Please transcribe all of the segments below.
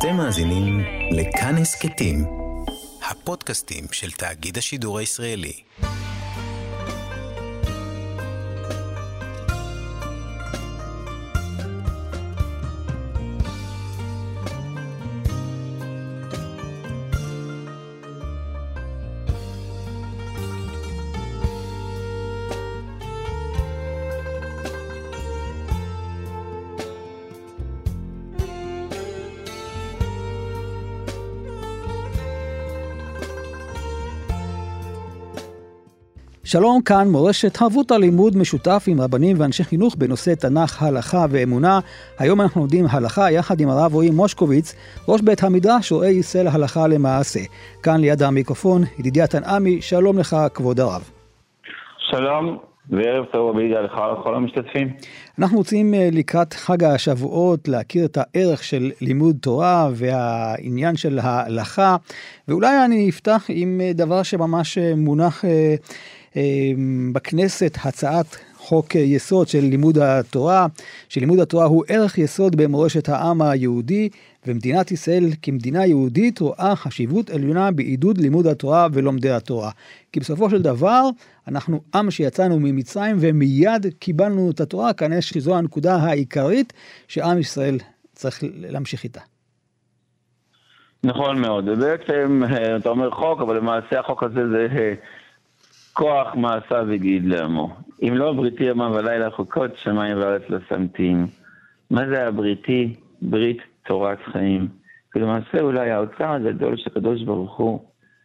אתם מאזינים לכאן הסכתים, הפודקאסטים של תאגיד השידור הישראלי. שלום, כאן מורשת, הרבות הלימוד משותף עם רבנים ואנשי חינוך בנושא תנ"ך, הלכה ואמונה. היום אנחנו לומדים הלכה יחד עם הרב רועי מושקוביץ, ראש בית המדרש רואה ישראל הלכה למעשה. כאן ליד המיקרופון, ידידיה תנעמי, שלום לך כבוד הרב. שלום וערב טוב בידיעה לך לכל המשתתפים. אנחנו רוצים לקראת חג השבועות להכיר את הערך של לימוד תורה והעניין של ההלכה, ואולי אני אפתח עם דבר שממש מונח בכנסת, הצעת חוק יסוד של לימוד התורה, שלימוד התורה הוא ערך יסוד במורשת העם היהודי, ומדינת ישראל כמדינה יהודית רואה חשיבות עליונה בעידוד לימוד התורה ולומדי התורה. כי בסופו של דבר אנחנו עם שיצאנו ממצרים ומיד קיבלנו את התורה, כנראה שזו הנקודה העיקרית שעם ישראל צריך להמשיך איתה. נכון מאוד, בעצם אתה אומר חוק, אבל למעשה החוק הזה זה כוח מעשה וגיד לעמו. אם לא בריתי יומם ולילה חוקות שמיים וארץ לא שמתים. מה זה הבריתי? ברית תורת חיים. ולמעשה אולי האוצר הגדול של הקדוש ברוך הוא,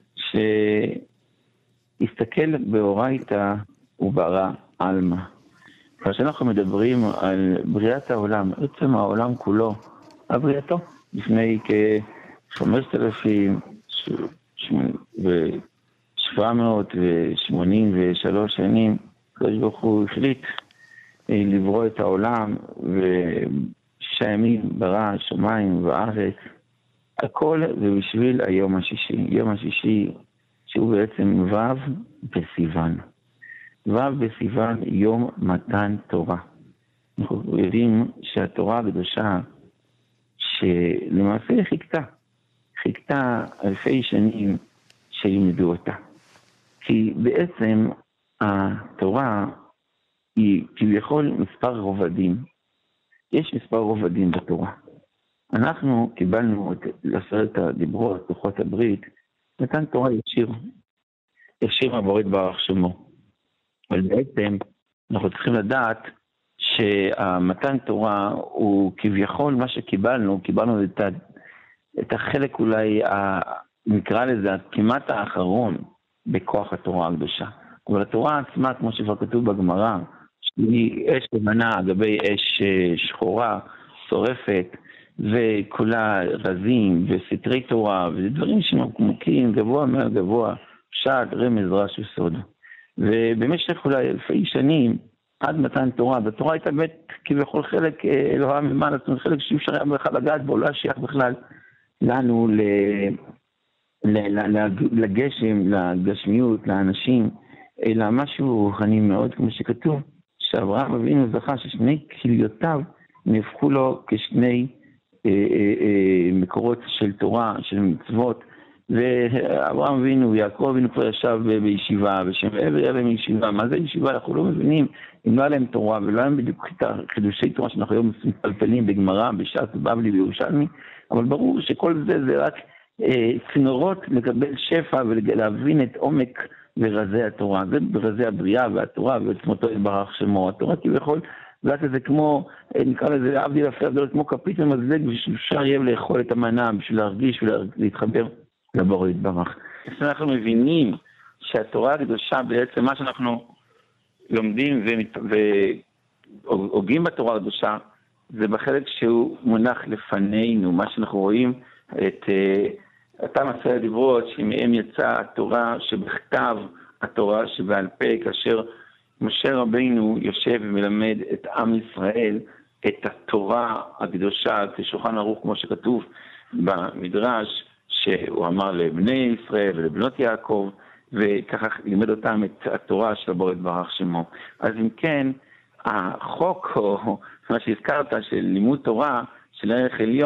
שהסתכל באורייתא וברא עלמא. כשאנחנו מדברים על בריאת העולם, עצם העולם כולו, הבריאתו, לפני כ-5,783 שנים, הקדוש ברוך הוא החליט לברוא את העולם, ו6 ימים ברא שמיים וארץ, הכל זה בשביל היום השישי. יום השישי שהוא בעצם ו' בסיוון. ו' בסיוון יום מתן תורה. אנחנו יודעים שהתורה הקדושה שלמעשה חיכתה אלפי שנים שלימדו אותה. כי בעצם התורה היא כביכול מספר רובדים. יש מספר רובדים בתורה. אנחנו קיבלנו את 10 הדיברות, לוחות הברית, מתן תורה ישיר הבורא יתברך שמו. אבל בעצם אנחנו צריכים לדעת שהמתן תורה הוא כביכול מה שקיבלנו, קיבלנו את החלק אולי, נקרא לזה, כמעט האחרון בכוח התורה הקדושה. אבל התורה עצמה, כמו שכבר כתוב בגמרא, שהיא אש לבנה על גבי אש שחורה, שורפת, וכולה רזים וסתרי תורה, וזה דברים שמקומקים גבוה מהגבוה, פשט, רמז, רש וסוד. ובמשך אולי אלפי שנים, עד מתן תורה, והתורה הייתה באמת כביכול חלק אלוהה ממעלה, זאת אומרת חלק שאי אפשר היה בכלל לגעת בו, לא שייך בכלל לנו לגשם, לגשמיות, לאנשים, אלא משהו רוחני מאוד, כמו שכתוב, שאברהם אבינו זכה ששני כליותיו נהפכו לו כשני מקורות של תורה, של מצוות, ואברהם אבינו ויעקב אבינו כבר ישב בישיבה, ושם עבר היה להם ישיבה. מה זה ישיבה? אנחנו לא מבינים אם לא היה להם תורה, ולא היה בדיוק חידושי תורה שאנחנו היום מפלפלים בגמרא, בש"ס, בבלי וירושלמי, אבל ברור שכל זה רק צינורות לקבל שפע ולהבין את עומק ורזי התורה. זה ברזי הבריאה והתורה ועצמתו יתברך שמו. התורה כביכול, זה כמו, נקרא לזה עבדי לפי עבדות, כמו כפית ומזלג, ושאפשר יהיה לאכול את המנה בשביל להרגיש ולהתחבר לבורא יתברך. אנחנו מבינים שהתורה הקדושה בעצם מה שאנחנו לומדים והוגים בתורה הקדושה, זה בחלק שהוא מונח לפנינו, מה שאנחנו רואים את אותם 10 הדיברות שמהם יצאה התורה שבכתב, התורה שבעל פה, כאשר משה רבינו יושב ומלמד את עם ישראל את התורה הקדושה, כשולחן ערוך כמו שכתוב במדרש, שהוא אמר לבני ישראל ולבנות יעקב, וככה לימד אותם את התורה של הבורא יתברך שמו. אז אם כן, החוק, או מה שהזכרת, של לימוד תורה, של ערך עליון,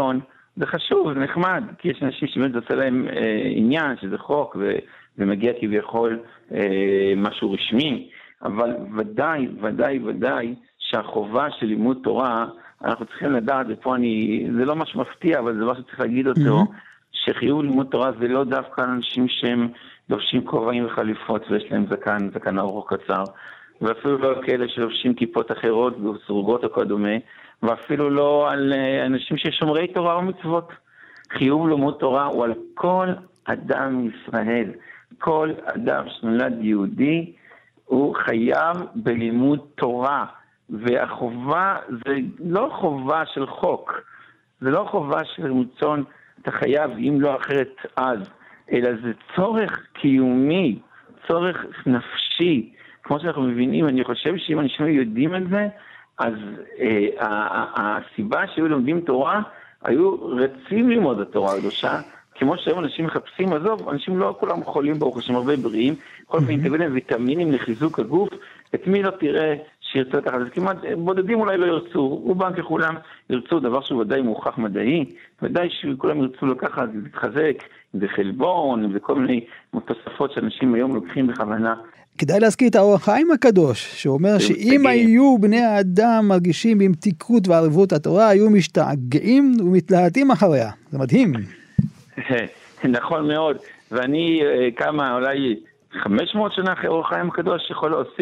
זה חשוב, זה נחמד, כי יש אנשים שבאמת עושה להם עניין, שזה חוק, ומגיע כביכול משהו רשמי, אבל ודאי שהחובה של לימוד תורה, אנחנו צריכים לדעת, ופה זה לא משהו מפתיע, אבל זה מה שצריך להגיד אותו, שחיוב לימוד תורה זה לא דווקא אנשים שהם לובשים כובעים וחליפות, ויש להם זקן ארוך קצר, ואפילו לא כאלה שלובשים כיפות אחרות, וסרוגות או כדומה, ואפילו לא על אנשים ששומרי תורה ומצוות. חיוב לימוד תורה הוא על כל אדם ישראל. כל אדם שנולד יהודי הוא חייב בלימוד תורה. והחובה זה לא חובה של חוק. זה לא חובה של רצון, אתה חייב, אם לא אחרת אז. אלא זה צורך קיומי, צורך נפשי. כמו שאנחנו מבינים, אני חושב שאם אנשים יודעים את זה, אז הסיבה שהיו לומדים תורה, היו רצים ללמוד התורה הקדושה, כמו שהיום אנשים מחפשים, עזוב, אנשים לא כולם חולים ברוך השם, הרבה בריאים, כל פעם תביא להם ויטמינים לחיזוק הגוף, את מי לא תראה שירצו לקחת, אז כמעט בודדים אולי לא ירצו, רובם ככולם ירצו, דבר שהוא ודאי מוכח מדעי, ודאי שכולם ירצו לקחת, להתחזק, זה חלבון, וכל מיני תוספות שאנשים היום לוקחים בכוונה. כדאי להזכיר את האור החיים הקדוש, שאומר שאם היו בני האדם מרגישים במתיקות וערבות התורה, היו משתגעים ומתלהטים אחריה. זה מדהים. נכון מאוד. ואני כמה, אולי 500 שנה אחרי אור החיים הקדוש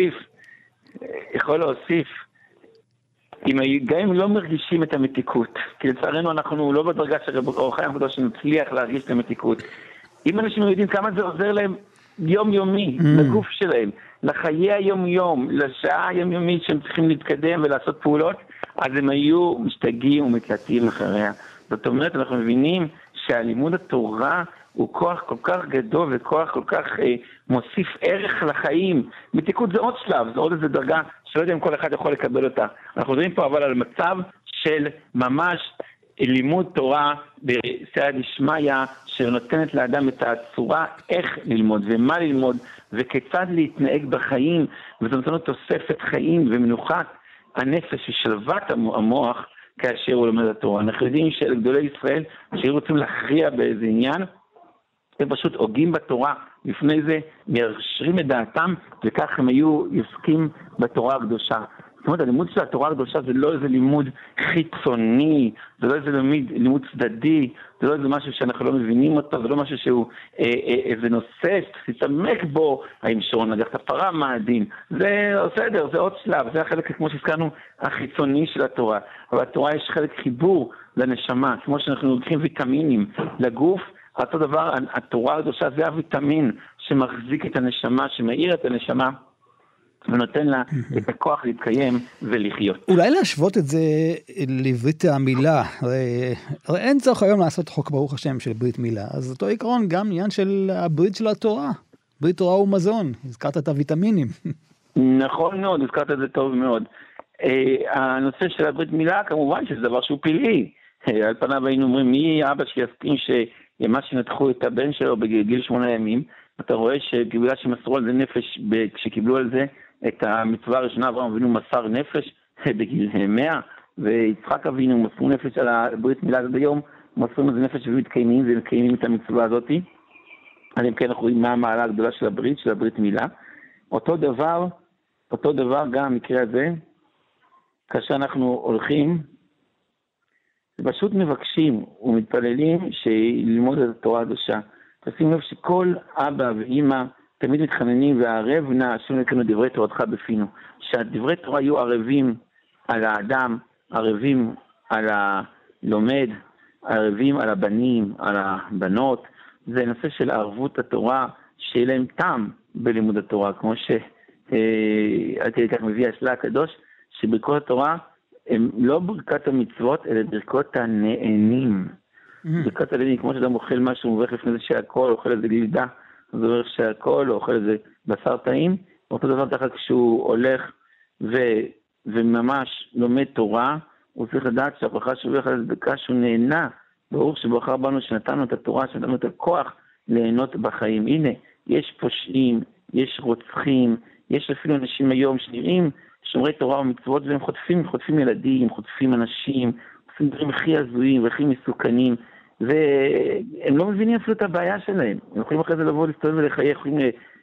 יכול להוסיף, גם אם לא מרגישים את המתיקות, כי לצערנו אנחנו לא בדרגה של אור החיים הקדוש שנצליח להרגיש את המתיקות. אם אנשים יודעים כמה זה עוזר להם, יומיומי, לגוף שלהם, לחיי היום-יום, לשעה היומיומית שהם צריכים להתקדם ולעשות פעולות, אז הם היו משתגעים ומתלהטים אחריה. זאת אומרת, אנחנו מבינים שהלימוד התורה הוא כוח כל כך גדול וכוח כל כך מוסיף ערך לחיים. מתיקות זה עוד שלב, זה עוד איזו דרגה שלא יודע אם כל אחד יכול לקבל אותה. אנחנו מדברים פה אבל על מצב של ממש לימוד תורה בסייעתא דשמיא שנותנת לאדם את הצורה איך ללמוד ומה ללמוד וכיצד להתנהג בחיים, וזה נותן לו תוספת חיים ומנוחת הנפש ושלוות המוח כאשר הוא לומד התורה. אנחנו יודעים שגדולי ישראל שהיו רוצים להכריע באיזה עניין, הם פשוט הוגים בתורה, לפני זה מיישרים את דעתם, וכך הם היו עוסקים בתורה הקדושה. זאת אומרת, הלימוד של התורה הקדושה זה לא איזה לימוד חיצוני, זה לא איזה לימוד צדדי, זה לא איזה משהו שאנחנו לא מבינים אותו, זה לא משהו שהוא איזה נושא שתתעמק בו, האם שרון נגח את הפרה, מה הדין. זה בסדר, זה עוד שלב, זה החלק, כמו שהזכרנו, החיצוני של התורה. אבל התורה יש חלק חיבור לנשמה, כמו שאנחנו לוקחים ויטמינים לגוף, אותו דבר, התורה הקדושה זה הוויטמין שמחזיק את הנשמה, שמאיר את הנשמה, ונותן לה את הכוח להתקיים ולחיות. אולי להשוות את זה לברית המילה. הרי אין צורך היום לעשות חוק ברוך השם של ברית מילה. אז אותו עיקרון גם עניין של הברית של התורה. ברית תורה הוא מזון. הזכרת את הוויטמינים. נכון מאוד, הזכרת את זה טוב מאוד. הנושא של הברית מילה כמובן שזה דבר שהוא פלאי. על פניו היינו אומרים מי אבא שיסכים שמה שנתחו את הבן שלו בגיל 8 ימים. אתה רואה שבגלל שמסרו על זה נפש, כשקיבלו על זה את המצווה הראשונה, אברהם אבינו מסר נפש בגיל 100, ויצחק אבינו מסרו נפש על הברית מילה הזאת ביום, מסרו על זה נפש ומקיימים את המצווה הזאת. אז אם כן אנחנו רואים מה המעלה הגדולה של הברית מילה. אותו דבר גם המקרה הזה, כאשר אנחנו הולכים, פשוט מבקשים ומתפללים שללמוד את התורה הקדושה. תשימו לב שכל אבא ואמא תמיד מתחננים והערב נא השם לקנו דברי תורתך בפינו. שהדברי תורה יהיו ערבים על האדם, ערבים על הלומד, ערבים על הבנים, על הבנות. זה נושא של ערבות התורה, שיהיה להם טעם בלימוד התורה, כמו עד כדי כך מביא השלה הקדוש, שברכות התורה הם לא ברכת המצוות, אלא ברכות הנהנים. ברכת הנהנים, כמו שאדם אוכל משהו, מברך לפני זה שהכל, אוכל איזה גלידה, זה אומר שהכל, אוכל איזה בשר טעים, אותו דבר ככה כשהוא הולך וממש לומד תורה, הוא צריך לדעת שהברכה שהוא הולך על הצדקה שהוא נהנה, ברוך שבחר בנו שנתנו את התורה, שנתנו את הכוח ליהנות בחיים. הנה, יש פושעים, יש רוצחים, יש אפילו אנשים היום שנראים שומרי תורה ומצוות, והם חוטפים ילדים, חוטפים אנשים, דברים הכי הזויים והכי מסוכנים, והם לא מבינים אפילו את הבעיה שלהם. הם יכולים אחרי זה לבוא להסתובב ולחייך, יכולים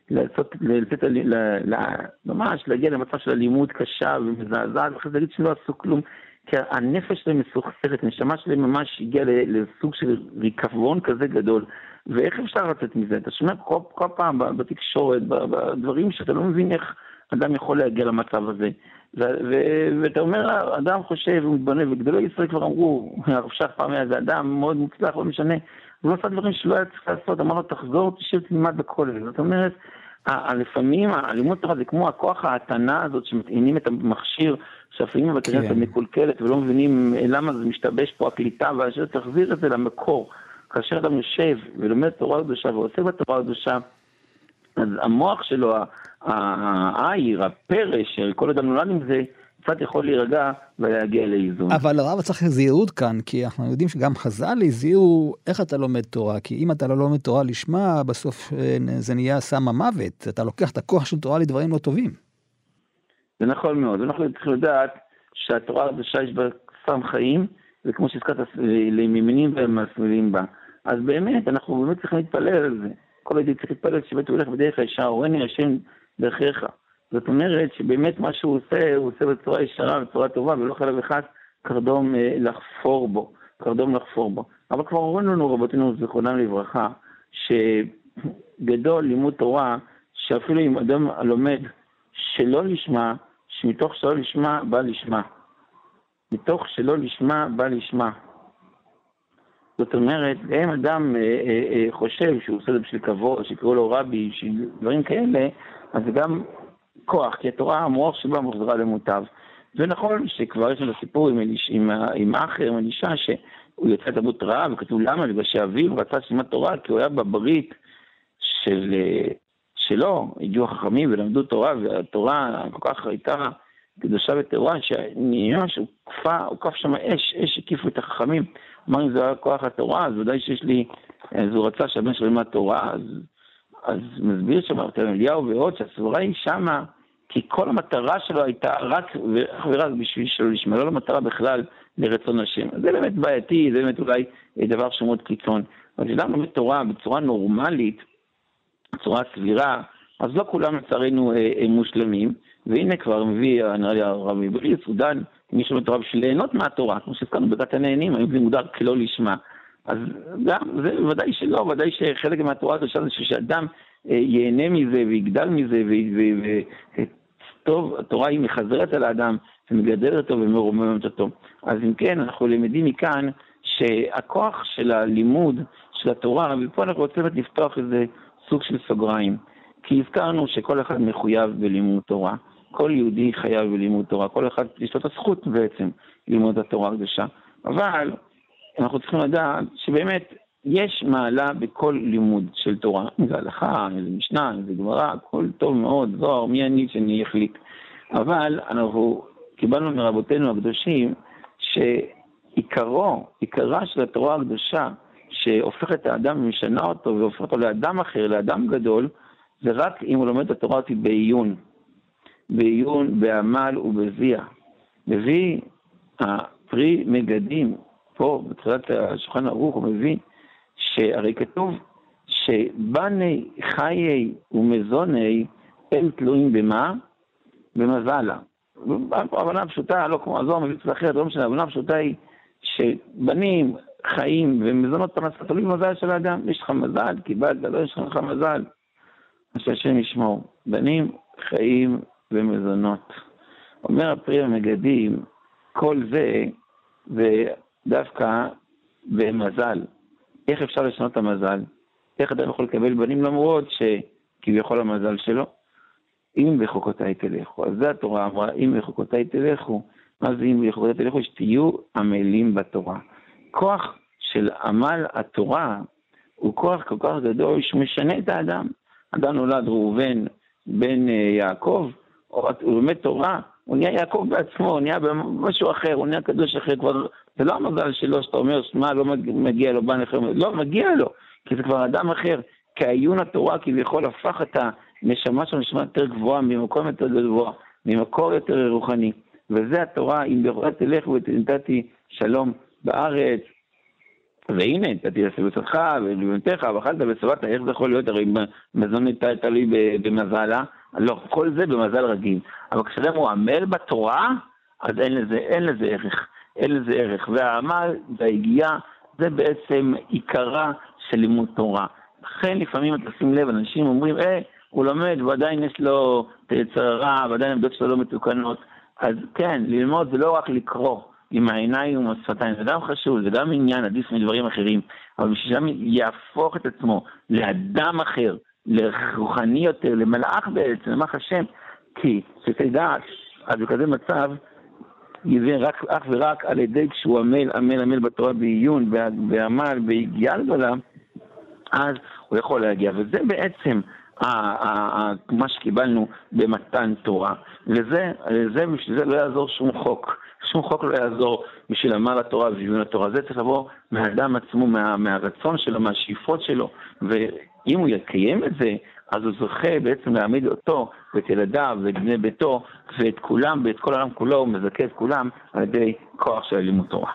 ממש להגיע למצב של אלימות קשה ומזעזעת, ואחרי זה להגיד שלא עשו כלום, כי הנפש שלהם מסוכסכת, הנשמה שלהם ממש הגיעה לסוג של ריקבון כזה גדול, ואיך אפשר לצאת מזה? אתה שומע כל פעם בתקשורת, בדברים שאתה לא מבין איך אדם יכול להגיע למצב הזה, ואתה אומר, אדם חושב ומתבנה, וגדולי ישראל כבר אמרו, הרב שך פעם היה זה אדם מאוד מוצלח, לא משנה, הוא לא עשה דברים שלא היה צריך לעשות, אמר לו תחזור, תשב תלמד בכולל. זאת אומרת, לפעמים הלימוד תורה זה כמו הכוח ההתנה הזאת שמטעינים את המכשיר, שאפילו בקריאה מקולקלת ולא מבינים למה זה משתבש פה הקליטה, ואשר תחזיר את זה למקור. כאשר אדם יושב ולומד תורה קדושה ועושה בתורה קדושה, אז המוח שלו, העיר, הפרש, כל אדם נולד עם זה, קצת יכול להירגע ולהגיע לאיזון. אבל הרב צריך זהירות כאן, כי אנחנו יודעים שגם חז"ל הזהירו איך אתה לומד תורה, כי אם אתה לא לומד תורה לשמה, בסוף זה נהיה סם המוות, אתה לוקח את הכוח של תורה לדברים לא טובים. זה נכון מאוד, ואנחנו צריכים לדעת שהתורה הקדושה יש בה סם חיים, וכמו שהזכרת לימינים ומסמילים בה. אז באמת, אנחנו באמת צריכים להתפלל על זה. כל ידי צריך להתפלל שבית הוא הולך בדרך הישר, הורני השם דרכיך. זאת אומרת שבאמת מה שהוא עושה בצורה ישרה, בצורה טובה, ולא חלב אחד קרדום לחפור בו. אבל כבר אומרים לנו רבותינו זכרונם לברכה, שגדול לימוד תורה, שאפילו אם אדם לומד שלא לשמה, שמתוך שלא לשמה בא לשמה. מתוך שלא לשמה בא לשמה. זאת אומרת, אם אדם חושב שהוא עושה את זה בשביל כבוד, שיקראו לו רבי, דברים כאלה, אז זה גם כוח, כי התורה המוח שבה מוחזרה למוטב. ונכון שכבר יש לנו סיפור עם אחר, עם אלישע, שהוא יצא את אבות רעב, וכתוב למה? בגלל שאביו רצה שלימד תורה, כי הוא היה בברית שלו, הגיעו החכמים ולמדו תורה, והתורה כל כך הייתה קדושה וטהורה, שנהיה שהוא קף שם אש הקיפו את החכמים. אמר אם זה היה כוח התורה, אז ודאי שיש לי, אז הוא רצה שהבן שלו ילמד תורה, אז מסביר שם אליהו ועוד, שהסברה היא שמה, כי כל המטרה שלו הייתה רק ורק בשביל שלו לשמה, לא למטרה בכלל לרצון השם. זה באמת בעייתי, זה באמת אולי דבר שמות קיצון. אבל כשאדם לומד תורה בצורה נורמלית, בצורה סבירה, אז לא כולם לצערנו מושלמים, והנה כבר מביא, נראה לי הרבי בלי סודן, מי שלומד תורה בשביל ליהנות מהתורה, כמו שהזכרנו בדת הנהנים, האם זה מוגדר כלא לשמה. אז גם, זה ודאי שלא, ודאי שחלק מהתורה הקדושה זה שאדם ייהנה מזה ויגדל מזה, וטוב, התורה היא מחזרת על האדם, ומגדלת אותו ומרוממת אותו. אז אם כן, אנחנו למדים מכאן שהכוח של הלימוד של התורה, ופה אנחנו רוצים לפתוח איזה סוג של סוגריים, כי הזכרנו שכל אחד מחויב בלימוד תורה, כל יהודי חייב בלימוד תורה, כל אחד יש לו את הזכות בעצם ללמוד התורה הקדושה, אבל אנחנו צריכים לדעת שבאמת יש מעלה בכל לימוד של תורה, אם זה הלכה, אם זה משנה, אם זה גמרא, הכל טוב מאוד, זוהר, מי אני שאני אחליט. אבל אנחנו קיבלנו מרבותינו הקדושים עיקרה של התורה הקדושה, שהופך את האדם ומשנה אותו והופך אותו לאדם אחר, לאדם גדול, זה רק אם הוא לומד את התורה אותי בעיון, בעמל ובזיע. מביא הפרי מגדים, פה בתחילת השולחן ערוך הוא מביא, שהרי כתוב שבני חיי ומזוני הם תלויים במה? במזלה. הבנה פשוטה, לא כמו הזוהר מביא קצת אחרת, לא משנה, הבנה פשוטה היא שבנים, חיים ומזונות פרנסה תלויים במזל של האדם. יש לך מזל, קיבלת, לא יש לך מזל. אז שהשם ישמור, בנים, חיים ומזונות. אומר הפרי המגדים, כל זה ודווקא במזל. איך אפשר לשנות את המזל? איך אדם יכול לקבל בנים למרות שכביכול המזל שלו? אם בחוקותיי תלכו. אז זה התורה אמרה, אם בחוקותיי תלכו. מה זה אם בחוקותיי תלכו? שתהיו עמלים בתורה. כוח של עמל התורה הוא כוח כל כך גדול שמשנה את האדם. אדם נולד ראובן בן יעקב, הוא לומד תורה, הוא נהיה יעקב בעצמו, הוא נהיה במשהו אחר, הוא נהיה קדוש אחר, כבר, זה לא המזל שלו שאתה אומר, מה לא מגיע לו, לא מגיע לו, כי זה כבר אדם אחר, כי עיון התורה כביכול הפך את הנשמה שלו נשמה יותר גבוהה, ממקום יותר גבוה, ממקור יותר רוחני, וזה התורה, אם בחוקותיי תלכו ונתתי שלום בארץ, והנה, תתי לסבותך ולבנתך, ואכלת ושבעת, איך זה יכול להיות? הרי מזון תלוי במזלה. לא, כל זה במזל רגיל. אבל כשאדם הוא עמל בתורה, אז אין לזה ערך. אין לזה ערך. והעמל וההגיעה, זה בעצם עיקרה של לימוד תורה. לכן לפעמים אתה שים לב, אנשים אומרים, הוא לומד, ועדיין יש לו צרה, ועדיין עמדות שלו לא מתוקנות. אז כן, ללמוד זה לא רק לקרוא עם העיניים ועם השפתיים, זה גם חשוב, זה גם עניין עדיף מדברים אחרים, אבל בשביל יהפוך את עצמו לאדם אחר, לרוחני יותר, למלאך בעצם, למלאך השם, כי שתדע, אז בכזה מצב, יבין אך ורק על ידי כשהוא עמל בתורה בעיון, בעמל, בהגיעה גדולה, אז הוא יכול להגיע, וזה בעצם מה שקיבלנו במתן תורה. בשביל זה לא יעזור שום חוק. שום חוק לא יעזור בשביל עמל התורה ובעיון התורה. זה צריך לבוא מהאדם עצמו, מהרצון שלו, מהשאיפות שלו. ואם הוא יקיים את זה, אז הוא זוכה בעצם להעמיד אותו ואת ילדיו ואת בני ביתו ואת כולם, ואת כל העולם כולו, הוא מזכה את כולם על ידי כוח של לימוד תורה.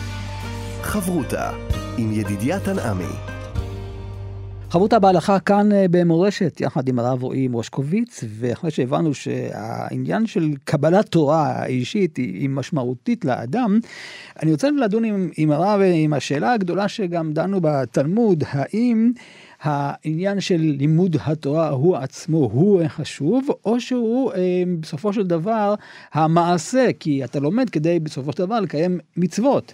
חברותה עם ידידיה תנעמי. חברותה בהלכה כאן במורשת, יחד עם הרב רועי מושקוביץ, ואחרי שהבנו שהעניין של קבלת תורה האישית היא משמעותית לאדם, אני רוצה לדון עם הרב עם השאלה הגדולה שגם דנו בתלמוד, האם העניין של לימוד התורה הוא עצמו הוא חשוב, או שהוא בסופו של דבר המעשה, כי אתה לומד כדי בסופו של דבר לקיים מצוות.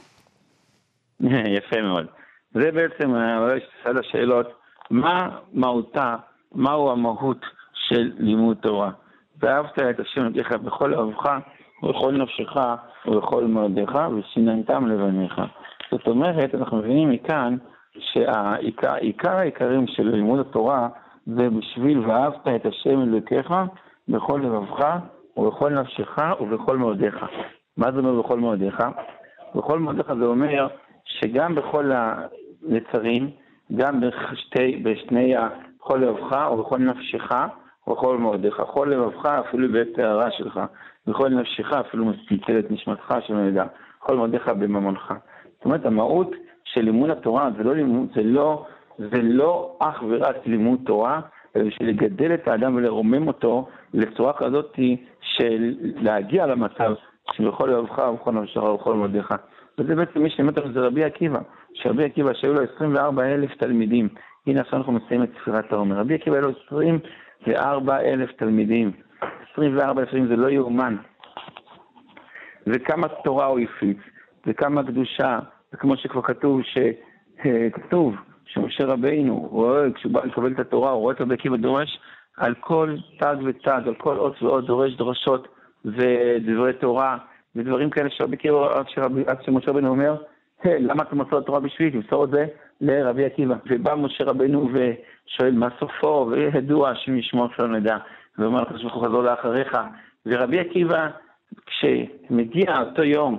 יפה מאוד. זה בעצם אחד השאלות, מה מהותה, מהו המהות של לימוד תורה? ואהבת את השם אלוקיך בכל אהבך ובכל נפשך ובכל מאודיך ושיננתם לבניך. זאת אומרת, אנחנו מבינים מכאן שהעיקר העיקרים של לימוד התורה זה בשביל ואהבת את השם אלוקיך בכל לבבך ובכל נפשך ובכל מאודיך. מה זה אומר בכל מאודיך? בכל מאודיך זה אומר שגם בכל הנצרים, גם בשני בכל לבבך ובכל נפשך ובכל מאודיך. בכל לבבך אפילו בעת הערה שלך, בכל נפשך אפילו מצלצלת נשמתך שנדע, בכל מאודיך בממונך. זאת אומרת, המהות של לימוד התורה זה לא אך ורק לימוד תורה, אלא בשביל לגדל את האדם ולרומם אותו לצורה כזאת של להגיע למצב שבכל לבבך ובכל נפשך ובכל מאודיך. וזה בעצם מי שלימד אותנו זה רבי עקיבא, שרבי עקיבא שהיו לו 24,000 תלמידים. הנה עכשיו אנחנו מסיים את ספירת העומר. רבי עקיבא היו לו 24,000 תלמידים. 24,000 תלמידים זה לא יאומן. וכמה תורה הוא הפיץ, וכמה קדושה, וכמו שכבר כתוב שמשה רבינו, כשהוא בא לקבל את התורה, הוא רואה את רבי עקיבא דורש על כל תג ותג, על כל אות ועוד דורש דרשות ודברי תורה, ודברים כאלה שרבי עקיבא, עד שמשה רבינו אומר, למה אתה מסור התורה בשבילי? תמסור את זה לרבי עקיבא. ובא משה רבינו ושואל מה סופו, וידוע שמשמור שלא נדע, ואומר לך שהוא חזור לאחריך. ורבי עקיבא, כשמגיע אותו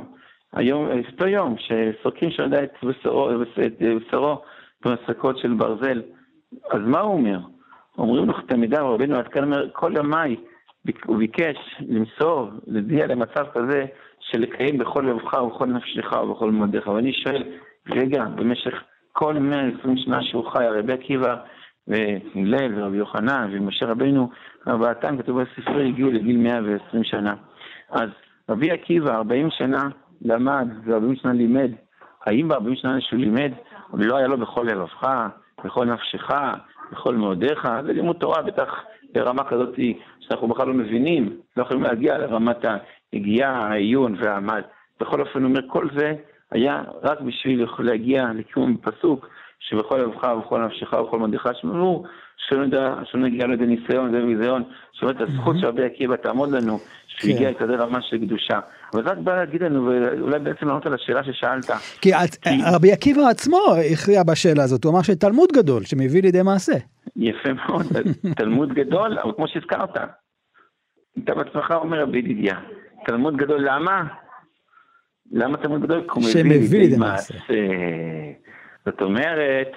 יום שסורקים שנדע את בשרו במסרקות של ברזל, אז מה הוא אומר? אומרים לך תלמידיו, רבינו עד כאן אומר, כל ימי הוא ביקש למסור, להגיע למצב כזה של לקיים בכל לבך ובכל נפשך ובכל מאודיך. ואני שואל, רגע, במשך כל 120 שנה שהוא חי, רבי עקיבא והלל ורבי יוחנן ומשה רבינו, ארבעתם כתוב בספר הגיעו לגיל 120 שנה. אז רבי עקיבא 40 שנה למד ו40 שנה לימד. האם ב40 שנה שהוא לימד, אבל לא היה לו בכל לבבך, בכל נפשך, בכל מאודיך? זה לימוד תורה בטח ברמה כזאת שאנחנו בכלל לא מבינים, לא יכולים להגיע לרמת ההגיעה, העיון והעמל. בכל אופן הוא אומר, כל זה היה רק בשביל להגיע לקיום פסוק, שבכל לבבך ובכל נפשך ובכל מאודיך, שאומרו, שנגיע לידי ניסיון, זה ביזיון, שאומרת הזכות שרבי עקיבא תעמוד לנו, שהגיע לכזה רמה של קדושה. אבל רק בא להגיד לנו, ואולי בעצם לענות על השאלה ששאלת. כי רבי עקיבא עצמו הכריע בשאלה הזאת, הוא אמר שתלמוד גדול, שמביא לידי מעשה. יפה מאוד, תלמוד גדול, אבל כמו שהזכרת, אתה בעצמך אומר רבי ידידיה, תלמוד גדול למה? למה תלמוד גדול? שמביא לידי מעשה. זאת אומרת,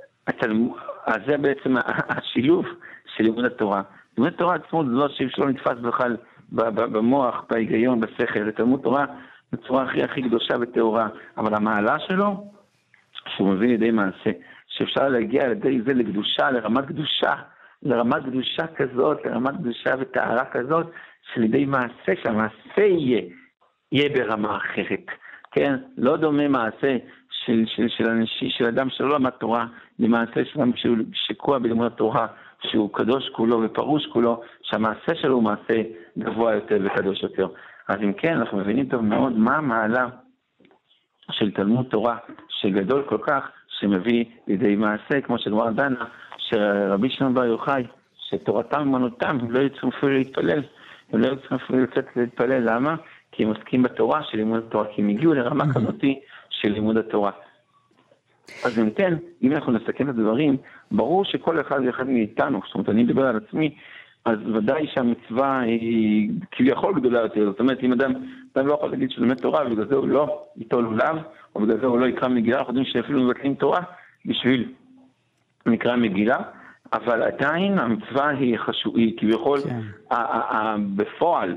אז זה בעצם השילוב של לימוד התורה. לימוד התורה עצמו זה לא שלא נתפס בכלל במוח, בהיגיון, בשכל. זה תלמוד תורה בצורה הכי קדושה וטהורה, אבל המעלה שלו, שהוא מביא לידי מעשה, שאפשר להגיע על ידי זה לקדושה, לרמת קדושה כזאת, לרמת קדושה וטהרה כזאת, שלידי מעשה, שהמעשה יהיה ברמה אחרת. כן? לא דומה מעשה של אדם שלא למד תורה, למעשה שלם שהוא שקוע בלימוד התורה, שהוא קדוש כולו ופרוש כולו, שהמעשה שלו הוא מעשה גבוה יותר וקדוש יותר. אז אם כן, אנחנו מבינים טוב מאוד מה המעלה של תלמוד תורה, שגדול כל כך, שמביא לידי מעשה, כמו שגמרא דנה, שרבי שמעון בר יוחאי, שתורתם אמנותם, הם לא יצטרכו אפילו להתפלל, הם לא יצטרכו אפילו לצאת להתפלל, למה? כי הם עוסקים בתורה של לימוד התורה, כי הם הגיעו לרמה כזאתי של לימוד התורה. אז אם כן, אם אנחנו נסכם את הדברים, ברור שכל אחד ואחד מאיתנו, זאת אומרת, אני מדבר על עצמי, אז ודאי שהמצווה היא כביכול גדולה יותר. זאת אומרת, אם אדם לא יכול להגיד שהוא לומד תורה, ובגלל זה הוא לא ייטול לולב, או בגלל זה הוא לא יקרא מגילה, אנחנו יודעים שאפילו מבטלים תורה בשביל נקרא מגילה, אבל עדיין המצווה היא כביכול בפועל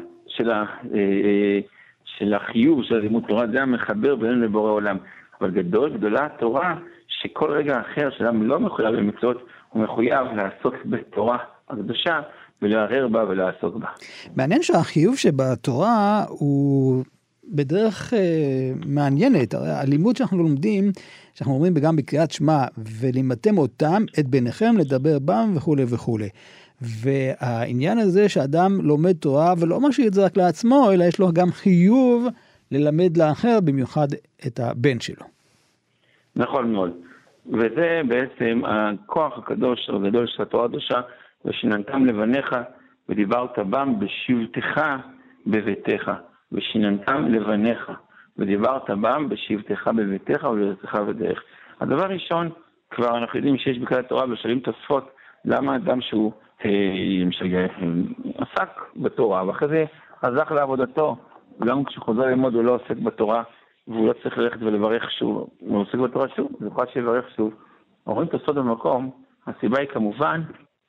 של החיוב של לימוד תורה, זה המחבר בינינו לבורא עולם. אבל גדולה התורה, שכל רגע אחר שאדם לא מחויב במצוות, הוא מחויב לעסוק בתורה הקדושה, ולערער בה ולעסוק בה. מעניין שהחיוב שבתורה הוא בדרך מעניינת. הלימוד שאנחנו לומדים, שאנחנו אומרים גם בקריאת שמע, ולימדתם אותם את ביניכם לדבר בם וכו' וכו'. והעניין הזה שאדם לומד תורה, ולא משאיר את זה רק לעצמו, אלא יש לו גם חיוב ללמד לאחר, במיוחד את הבן שלו. נכון מאוד. וזה בעצם הכוח הקדוש הגדול של התורה הקדושה, ושיננתם לבניך ודיברת בם בשבתך בביתך. ושיננתם לבניך ודיברת בם בשבתך בביתך ובביתך בדרך. הדבר ראשון, כבר אנחנו יודעים שיש בקריאת התורה ושואלים תוספות, למה אדם שהוא עסק בתורה, ואחרי זה חזר לעבודתו, גם כשחוזר ללמוד הוא לא עוסק בתורה, והוא לא צריך ללכת ולברך שוב, הוא עוסק בתורה שוב, זה יכול שיברך שוב. אומרים תוספות במקום, הסיבה היא כמובן,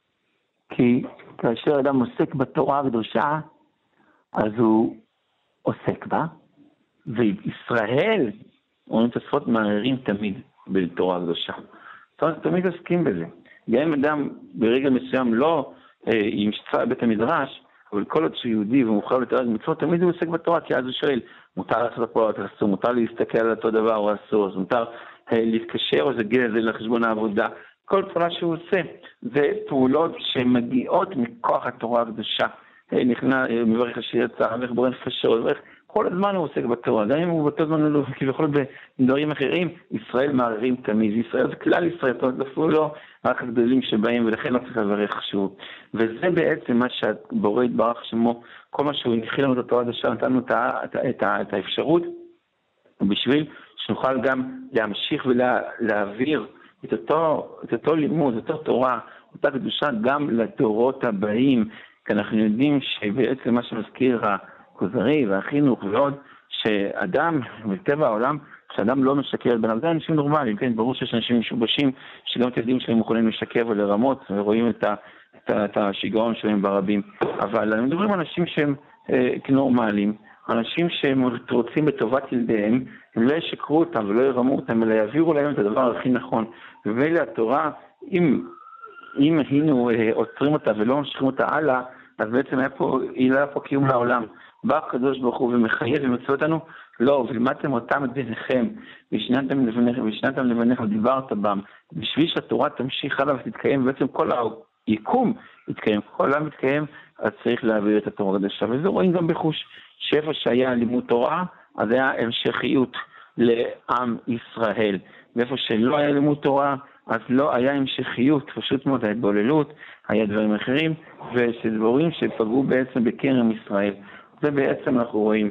כי כאשר אדם עוסק בתורה הקדושה, אז הוא עוסק בה, וישראל, אומרים תוספות, מערערים תמיד בתורה הקדושה. זאת אומרת, תמיד עוסקים בזה. גם אם אדם ברגע מסוים לא ימצא בית המדרש, אבל כל עוד שהוא יהודי ומוכר לתורה מצוות, תמיד הוא עוסק בתורה, כי אז הוא שואל, מותר לעשות הפעולות, אסור, מותר להסתכל על אותו דבר או אסור, אז מותר להתקשר או זה גיל הזה לחשבון העבודה. כל פעולה שהוא עושה, זה פעולות שמגיעות מכוח התורה הקדושה. נכנע, מברך השיר יצא, מברך בורא נפשו, כל הזמן הוא עוסק בתורה, גם אם הוא באותו זמן לא, כביכול בדברים אחרים, ישראל מערערים תמיד, ישראל זה כלל ישראל, אפילו לא רק הגדולים שבאים, ולכן לא צריך לברך שוב. וזה בעצם מה שהבורא יתברך שמו, כל מה שהוא הנחיל לנו את התורה הקדושה, נתנו את האפשרות, בשביל שנוכל גם להמשיך ולהעביר את אותו לימוד, את אותו תורה, אותה קדושה גם לדורות הבאים, כי אנחנו יודעים שבעצם מה שמזכיר הכוזרי והחינוך ועוד, שאדם, בטבע העולם, שאדם לא משקר בן אדם, זה אנשים נורמליים, כן? ברור שיש אנשים משובשים, שגם את הילדים שלהם יכולים לשקר ולרמות, ורואים את השיגעון שלהם ברבים. אבל אנחנו מדברים על אנשים שהם נורמליים, אנשים שהם רוצים בטובת ילדיהם, הם לא ישקרו אותם ולא ירמו אותם, אלא יעבירו להם את הדבר הכי נכון. ובאלה התורה, אם היינו עוצרים אותה ולא ממשיכים אותה הלאה, אז בעצם היא לא היה פה קיום לעולם. בא הקדוש ברוך הוא ומחייב ומצווה אותנו, לא, ולמדתם אותם את ביניכם, ושנתם לבניך ודיברת בם, בשביל שהתורה תמשיך הלאה ותתקיים, בעצם כל היקום יתקיים, כל העולם יתקיים, אז צריך להעביר את התורה הקדושה. וזה רואים גם בחוש, שאיפה שהיה לימוד תורה, אז היה המשכיות לעם ישראל. ואיפה שלא היה לימוד תורה, אז לא היה המשכיות, פשוט מאוד ההתבוללות, היה דברים אחרים, ושדברים שפגעו בעצם בקרם ישראל. זה בעצם אנחנו רואים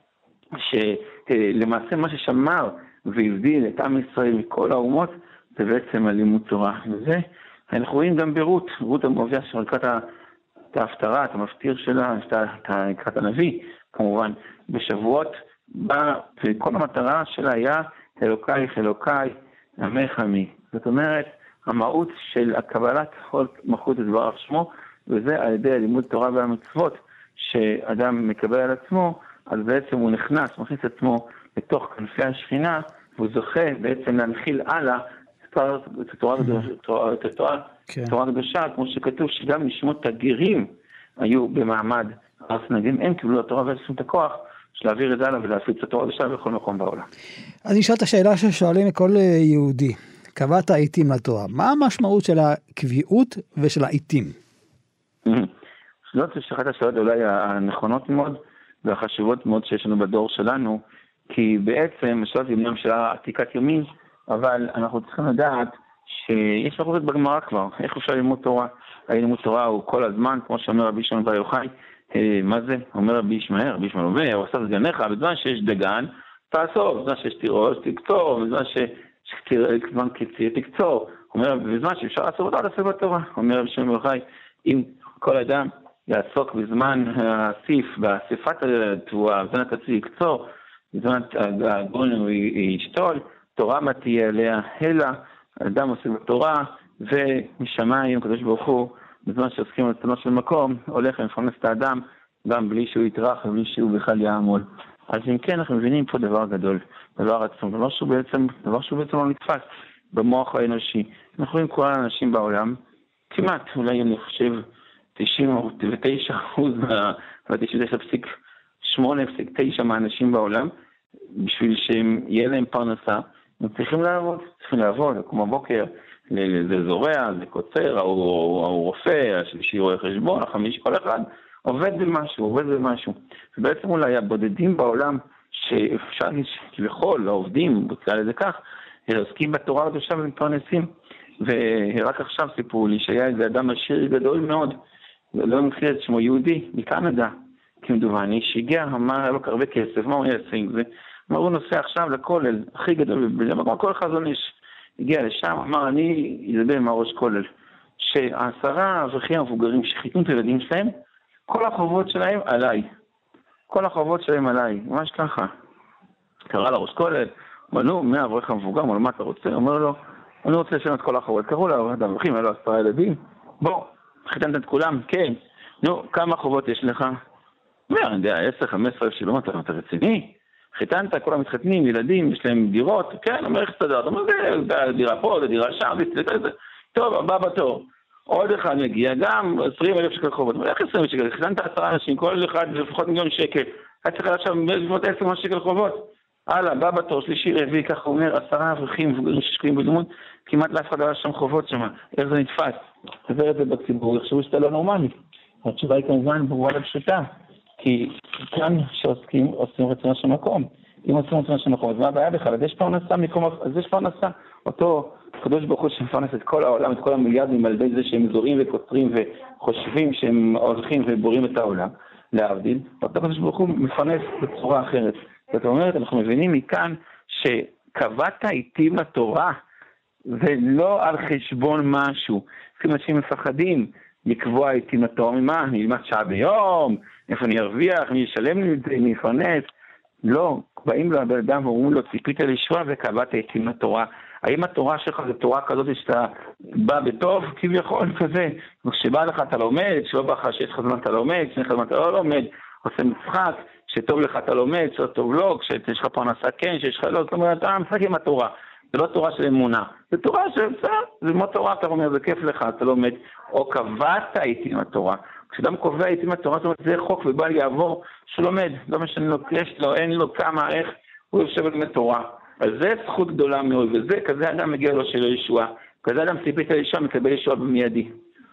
שלמעשה מה ששמר והבדיל את עם ישראל מכל האומות, זה בעצם הלימוד תורה. וזה אנחנו רואים גם רות המואביה שלקראת את ההפטרה, את המפטיר שלה, לקראת הנביא, כמובן, בשבועות, וכל המטרה שלה היה אלוקיי, אלוקיי, עמך עמי. זאת אומרת, המהות של הקבלת כל מלכות יתברך שמו, וזה על ידי לימוד תורה והמצוות, שאדם מקבל על עצמו, אז בעצם הוא נכנס, מכניס את עצמו לתוך כנפי השכינה, והוא זוכה בעצם להנחיל הלאה את התורה הקדושה, כמו שכתוב שגם נשמות הגרים היו במעמד הר סנהדרין, הם קיבלו התורה ויש להם את הכוח של להעביר את זה הלאה ולהפיץ את התורה הקדושה בכל מקום בעולם. אז נשאל את השאלה ששואלים מכל יהודי, קבעת העיתים לתורה, מה המשמעות של הקביעות ושל העיתים? זאת אחת השאלות אולי הנכונות מאוד והחשובות מאוד שיש לנו בדור שלנו, כי בעצם השאלות היא אמנם שאלה עתיקת יומין, אבל אנחנו צריכים לדעת שיש מחלוקת בגמרא כבר, איך אפשר ללמוד תורה? לימוד תורה הוא כל הזמן, כמו שאומר רבי שמעון בר יוחאי, מה זה? אומר רבי ישמעאל אומר, הוא עשה סגניך, בזמן שיש דגן, תאסוף, בזמן שיש תירוש, תקצור, בזמן זמן קציר, תקצור. אומר, בזמן שאפשר לעשות אותה, לעשות בתורה. אומר רבי שמעון בר יוחאי, אם כל אדם יעסוק בזמן הסיף, באספת התבואה, בזמן הקציר יקצור, בזמן הגון הוא ישתול, תורה מה תהיה עליה, אלא אדם עושה בתורה, ומשמיים, הקדוש ברוך הוא, בזמן שעוסקים על תנות של מקום, הולך ומפרנס את האדם, גם בלי שהוא יטרח ובלי שהוא בכלל יעמול. אז אם כן, אנחנו מבינים פה דבר גדול, דבר עצום, דבר שהוא בעצם לא נתפס במוח האנושי. אנחנו רואים כל האנשים בעולם, כמעט, אולי אני חושב, 99% 99.8.9 מהאנשים בעולם, בשביל שיהיה להם פרנסה, הם צריכים לעבוד, לקום בבוקר, זה זורע, זה קוצר, הוא רופא, השלישי רואה חשבון, החמישי, כל אחד עובד במשהו. ובעצם אולי הבודדים בעולם שאפשר כביכול, העובדים, בוצע לזה כך, עוסקים בתורה הקדושה ומתפרנסים. ורק עכשיו סיפרו לי שהיה איזה אדם עשיר גדול מאוד, לא מזכיר את שמו יהודי, מקנדה, כמדומני, שהגיע, אמר, היה לו הרבה כסף, מה הוא יעשה עם זה? אמר, הוא נוסע עכשיו לכולל, הכי גדול, כל חזון איש. הגיע לשם, אמר, אני אדבר מהראש כולל, ש10 אברכים המבוגרים שחיתנו את הילדים שלהם, כל החובות שלהם עליי, ממש ככה. קרא לראש כולל, אמר לו, 100 אברכים המבוגר, אמר לו, מה אתה רוצה? אומר לו, אני רוצה לשנות את כל החובות. קראו לו, האברכים, היה לו 10 ילדים, בוא, חיתנת את כולם, כן. נו, כמה חובות יש לך? אומר, אני יודע, 10-15 קילומטר, אתה רציני? חיתנת, כולם מתחתנים, ילדים, יש להם דירות, כן, אומר איך תדעת, אומר, זה דירה פה, זה דירה שם, זה, טוב, הבא בתור. עוד אחד מגיע, גם 20,000 שקל חובות, אבל איך 20,000 שקל? חיתנת 10 אנשים, כל אחד לפחות 1,000,000 שקל, היה צריך עכשיו 10 שקל חובות. הלאה, בא בתור, שלישי, רביעי, ככה הוא אומר, 10 אברכים מבוגרים ששקלים בלימוד, כמעט לאף אחד היה שם חובות שם, איך זה נתפס? תעבר את זה בציבור, יחשבו שאתה לא נורמלי. התשובה היא כמובן ברורה לפשוטה, כי כאן שעוסקים, עושים רצונה של מקום. אם עושים רצונה של מקום, אז מה הבעיה בכלל? אז יש פרנסה, אותו קדוש ברוך הוא שמפרנס את כל העולם, את כל המיליארדים, על ידי זה שהם זורים וקוצרים וחושבים שהם הולכים ובורים את העולם, להבדיל, אותו קדוש ברוך הוא מפרנס בצורה אחרת. זאת אומרת, אנחנו מבינים מכאן שקבעת עיתים לתורה, ולא על חשבון משהו. לפעמים אנשים מפחדים לקבוע עיתים לתורה, ממה? אני אלמד שעה ביום, איפה אני ארוויח, מי ישלם לי את זה, מי יפרנס. לא, באים לו הבן ואומרים לו, ציפית לישועה וקבעת עיתים לתורה. האם התורה שלך זה תורה כזאת שאתה בא בטוב, כביכול כזה, כשבא לך אתה לומד, שלא בא לך שיש לך זמן אתה לומד, שני זמן אתה לא לומד, עושה משחק, שטוב לך אתה לומד, שלא טוב לא, כשיש לך פרנסה כן, שיש לך לא, זאת אומרת, אתה משחק עם התורה, זה לא תורה של אמונה, זה תורה של זה כמו תורה, אתה אומר, זה כיף לך, אתה לומד, או קבעת עיתים לתורה, כשאדם קובע עיתים לתורה, זאת אומרת, זה חוק ובא יעבור, שלומד, לא משנה לו, יש לו, אין לו כמה, איך, הוא יושב ללמד תורה. אז זה זכות גדולה מאוד, וזה, כזה אדם מגיע לו של ישועה, כזה אדם ציפית לישועה, מקבל ישועה במיידי.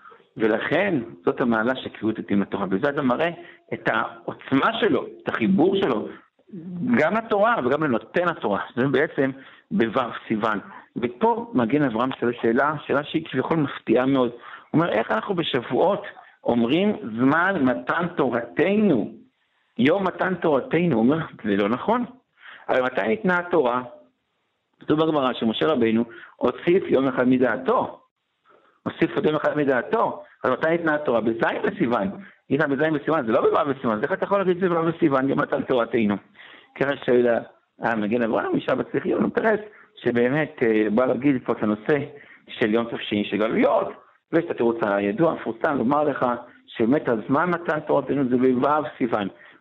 ולכן, זאת המעלה שקביעות עיתים לתורה, וזה אדם מראה את העוצמה שלו, את החיבור שלו, גם לתורה וגם לנותן התורה, זה בעצם בו' סיוון. ופה מגן אברהם של השאלה, שאלה שהיא כביכול מפתיעה מאוד. הוא אומר, איך אנחנו בשבועות אומרים זמן מתן תורתנו, יום מתן תורתנו, הוא אומר, זה לא נכון. אבל מתי ניתנה התורה? כתוב בגמרא שמשה רבינו הוסיף יום אחד מדעתו. הוסיף עוד יום אחד מדעתו. אז מתי ניתנה התורה? בזין בסיוון. ניתנה בזין בסיוון, זה לא בו' בסיוון. איך אתה יכול להגיד שזה בו' בסיוון, יום מתן תורתנו? ככה שאלה, מגן אברהם, אישה בצריכיון, הוא פרס, שבאמת בא להגיד פה את הנושא של יום תפשין של גלויות, ויש את התירוץ הידוע, המפורסם, לומר לך, שבאמת הזמן מתן תורתנו זה בו' בסיוון.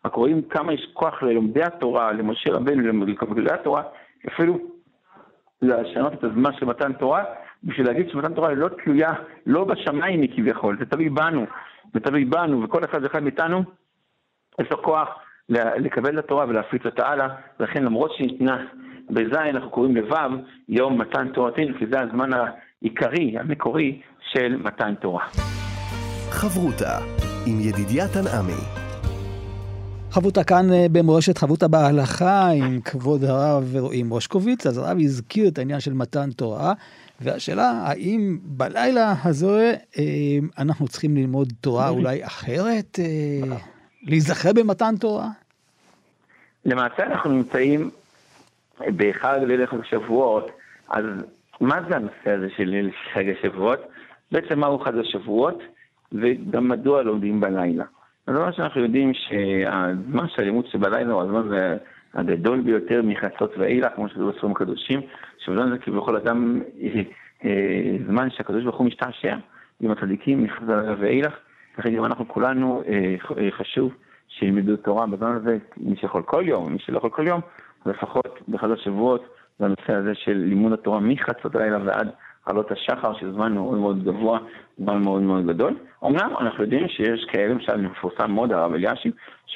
רק רואים כמה יש כוח ללומדי התורה, למשה רבנו, לגדולי התורה, אפילו לשנות את הזמן של מתן תורה, בשביל להגיד שמתן תורה לא תלויה, לא בשמיים היא כביכול, זה תלוי בנו, וכל אחד מאיתנו, יש לו כוח לקבל את התורה ולהפיץ אותה הלאה, ולכן למרות שניתנה בזין, אנחנו קוראים לבב יום מתן תורתנו, כי זה הזמן העיקרי, המקורי של מתן תורה. חברותה עם ידידיה תנעמי. חברותה כאן במורשת חברותה בהלכה עם כבוד הרב רועי מושקוביץ. אז הרב הזכיר את העניין של מתן תורה, והשאלה האם בלילה הזה אנחנו צריכים ללמוד תורה אולי אחרת, להיזכר במתן תורה? למעשה אנחנו נמצאים בחג ליל חג השבועות, אז מה זה הנושא הזה של ליל חג השבועות? בעצם מהו חג השבועות וגם מדוע לומדים בלילה? הדבר שאנחנו יודעים שהזמן של הלימוד שבלילה הוא הזמן הגדול ביותר מחצות ואילך, כמו שזה בספרים הקדושים, שבזמן זה כביכול אדם זמן שהקדוש ברוך הוא משתעשע עם הצדיקים מחצות הלילה ואילך, לכן גם אנחנו כולנו חשוב שילמדו תורה בזמן הזה, מי שיכול כל יום, מי שלא יכול כל יום, לפחות בחג השבועות, בנושא הזה של לימוד התורה מחצות הלילה ועד עלות השחר, שזמן מאוד מאוד גבוה, זמן מאוד מאוד גדול. אומנם אנחנו יודעים שיש כאלה, למשל מפורסם מאוד הרב אלישיב,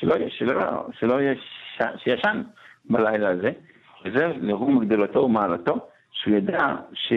שישן בלילה הזה, וזה לרום גדולתו ומעלתו, שהוא ידע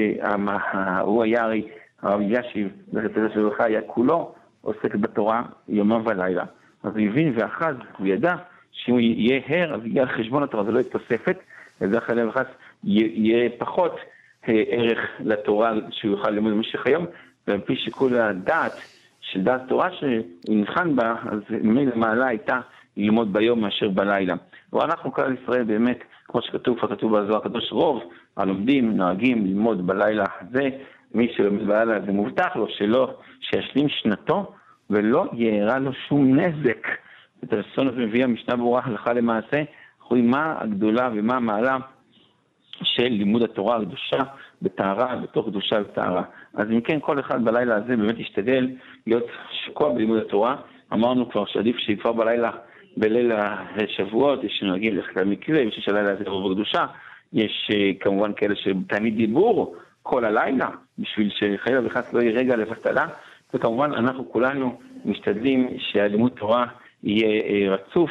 שהוא היה הרי, הרב אלישיב, זכר צדיק היה כולו עוסק בתורה יומם ולילה. אז הוא הבין ואחז, הוא ידע שאם הוא יהיה הר, אז יהיה חשבון התורה, זה לא יתוספת, וזה אחרי וחס יהיה פחות ערך לתורה שהוא יוכל ללמוד במשך היום, ועל פי שיקול הדעת של דעת תורה שהוא נבחן בה, אז מעלה הייתה ללמוד ביום מאשר בלילה. ואנחנו כלל ישראל באמת, כמו שכתוב בזוהר הקדוש, רוב הלומדים נוהגים ללמוד בלילה הזה, מי שלומד בלילה זה מובטח לו שישלים שנתו, ולא יארע לו שום נזק. את הרצון הזה מביא המשנה ברורה הלכה למעשה, רואים מה הגדולה ומה המעלה של לימוד התורה הקדושה בטהרה, בתוך קדושה וטהרה. אז אם כן, כל אחד בלילה הזה באמת ישתדל להיות שקוע בלימוד התורה. אמרנו כבר שעדיף שכבר בליל השבועות, יש שנוהגים ללכת למקווה, יש שהלילה הזה רוב הקדושה, יש כמובן כאלה שתמיד דיבור כל הלילה, בשביל שחלילה וחס לא יהיה רגע לבטלה, וכמובן אנחנו כולנו משתדלים שהלימוד תורה יהיה רצוף,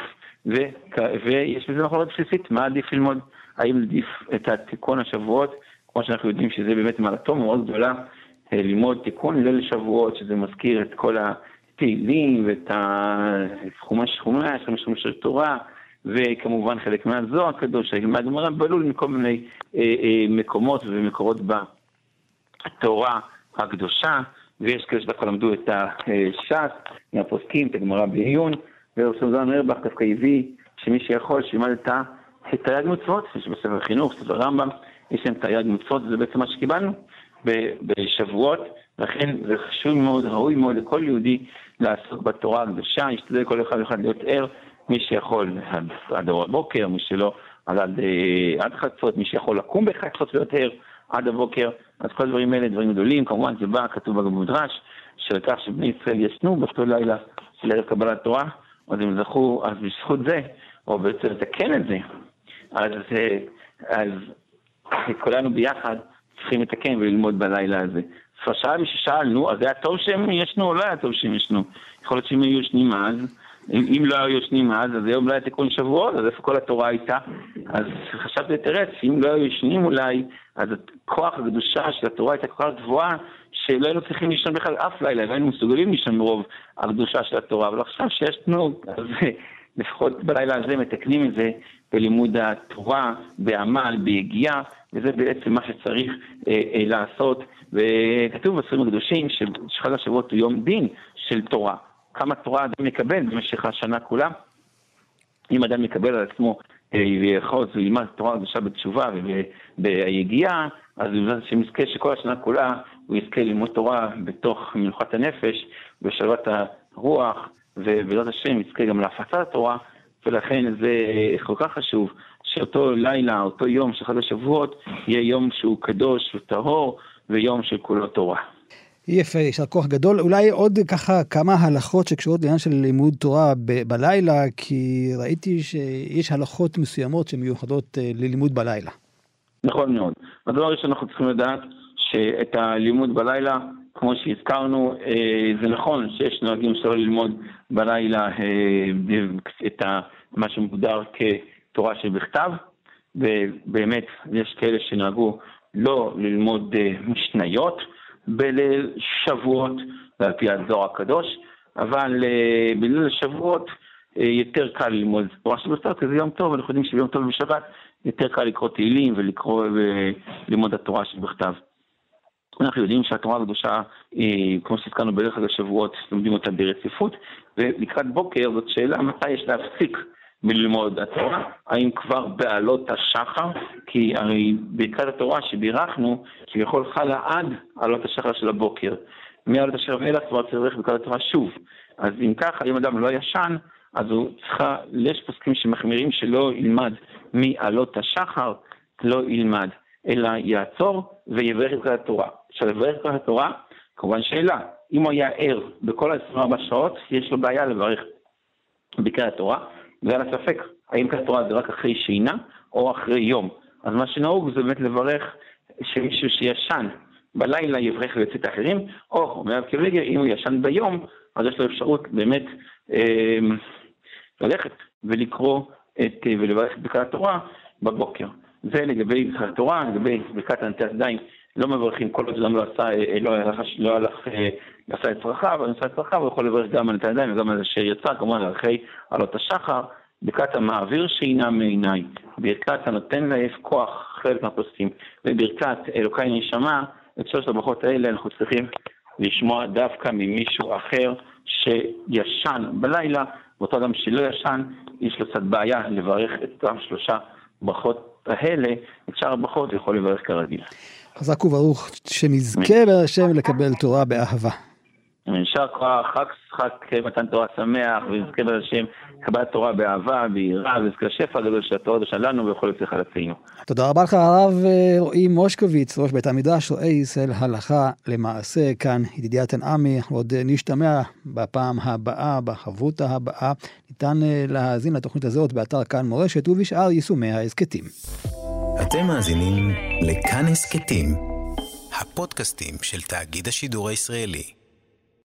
ויש בזה מחלוקת בסיסית, מה עדיף ללמוד? האם עדיף את התיקון השבועות, כמו שאנחנו יודעים שזה באמת מעלתו מאוד גדולה, ללמוד תיקון ליל שבועות, שזה מזכיר את כל התהילים ואת חומש של תורה, וכמובן חלק מהזוהר הקדוש, מהגמרא בלול מכל מיני מקומות ומקורות בתורה הקדושה, ויש כאלה שדווקא למדו את הש"ס, מהפוסקים, את הגמרא בעיון, ורב זלמן אוירבך דווקא הביא שמי שיכול שילמד את תרי"ג מצוות, יש בספר החינוך, בספר הרמב"ם, יש להם תרי"ג מצוות, זה בעצם מה שקיבלנו בשבועות, לכן זה חשוב מאוד, ראוי מאוד לכל יהודי לעסוק בתורה הקדושה, ישתדל כל אחד להיות ער, מי שיכול עד הבוקר, מי שלא עד חצות, מי שיכול לקום בחצות להיות ער עד הבוקר, אז כל הדברים האלה דברים גדולים, כמובן זה בא, כתוב במדרש, של כך שבני ישראל ישנו באותו לילה של ערב קבלת תורה, אז הם זכו, אז בזכות זה, או בעצם לתקן את זה, אז כולנו ביחד צריכים לתקן וללמוד בלילה הזה. כבר ששאלנו, אז היה טוב שהם ישנו או לא היה טוב שהם ישנו? יכול להיות שהם היו ישנים אז, אם לא היו ישנים אז היום לא היה תיקון שבועות, אז איפה כל התורה הייתה? אז חשבתי לתרץ, שאם לא היו ישנים אולי, אז כוח הקדושה של התורה הייתה כל כך גבוהה, שלא היינו צריכים לישון בכלל אף לילה, והיינו מסוגלים לישון מרוב הקדושה של התורה, אבל עכשיו שישנו, אז לפחות בלילה הזה מתקנים את זה בלימוד התורה, בעמל, ביגיעה, וזה בעצם מה שצריך לעשות. וכתוב בספרים הקדושים שחג השבועות הוא יום דין של תורה. כמה תורה אדם מקבל במשך השנה כולה? אם אדם מקבל על עצמו ויכול ללמד תורה הקדושה בתשובה וביגיעה, אז שמזכה שכל השנה כולה הוא יזכה ללמוד תורה בתוך מנוחת הנפש, בשלוות הרוח, ובעזרת השם יזכה גם להפצת התורה, ולכן זה כל כך חשוב שאותו לילה, אותו יום של חג השבועות, יהיה יום שהוא קדוש וטהור, ויום של כולו תורה. יפה, יישר כוח גדול. אולי עוד ככה כמה הלכות שקשורות לעניין של לימוד תורה בלילה, כי ראיתי שיש הלכות מסוימות שמיוחדות ללימוד בלילה. נכון מאוד. הדבר הראשון אנחנו צריכים לדעת שאת הלימוד בלילה, כמו שהזכרנו, זה נכון שיש נוהגים שלא ללמוד בלילה את מה שמוגדר כתורה שבכתב, ובאמת יש כאלה שנהגו לא ללמוד משניות בליל שבועות, ועל פי הזוהר הקדוש, אבל בליל שבועות יותר קל ללמוד תורה שבכתב, כי זה יום טוב, אנחנו יודעים שביום טוב בשבת יותר קל לקרוא תהילים וללמוד התורה שבכתב. אנחנו יודעים שהתורה הקדושה, כמו שהזכרנו בליל חג השבועות, לומדים אותה ברציפות, ולקראת בוקר זאת שאלה מתי יש להפסיק מללמוד התורה, האם כבר בעלות השחר, כי הרי ברכת התורה שבירכנו, כביכול חלה עד עלות השחר של הבוקר. מעלות השחר ואילך כבר צריך ברכת התורה שוב. אז אם ככה, אם אדם לא ישן, אז הוא צריכה, יש פוסקים שמחמירים שלא ילמד מעלות השחר, לא ילמד, אלא יעצור ויברך את ברכת התורה. עכשיו, לברך את ברכת התורה, כמובן שאלה, אם הוא היה ער בכל 24 שעות, יש לו בעיה לברך ברכת התורה, זה על הספק, האם ברכת התורה זה רק אחרי שינה או אחרי יום. אז מה שנהוג זה באמת לברך שמישהו שישן בלילה יברך לצאת האחרים, או אומר כרגע, אם הוא ישן ביום, אז יש לו אפשרות באמת ללכת ולקרוא ולברך ברכת התורה בבוקר. זה לגבי ברכת התורה, לגבי ברכת נטילת ידיים, לא מברכים כל עוד אדם לא הלך עשה את צרכיו, אבל עשה את צרכיו, הוא יכול לברך גם על נטילת ידיים וגם על אשר יצא, כמובן אחרי עלות השחר, ברכת המעביר שינה מעיניי, ברכת הנותן לעף כוח, חלק מהפוסקים, וברכת אלוקי נשמה, את שלושת הברכות האלה אנחנו צריכים לשמוע דווקא ממישהו אחר שישן בלילה, ואותו אדם שלא ישן, יש לו קצת בעיה לברך את אותם שלושה ברכות האלה, את שאר הברכות יכול לברך כרגיל. חזק וברוך, שנזכה בהשם לקבל תורה באהבה. יישר כוח, חג מתן תורה שמח, ונזכה בהשם לקבל תורה באהבה, ביראה, ונזכה שפע גדול של התורה שלנו ויכול לצליח לעצמנו. תודה רבה לך הרב רועי מושקוביץ, ראש בית המדרש רואה ישראל הלכה למעשה, כאן ידידיה תנעמי, עוד נשתמע בפעם הבאה, בחברותה הבאה, ניתן להאזין לתוכנית הזאת באתר כאן מורשת ובשאר יישומי ההסכתים. אתם מאזינים לכאן הסכתים, הפודקאסטים של תאגיד השידור הישראלי.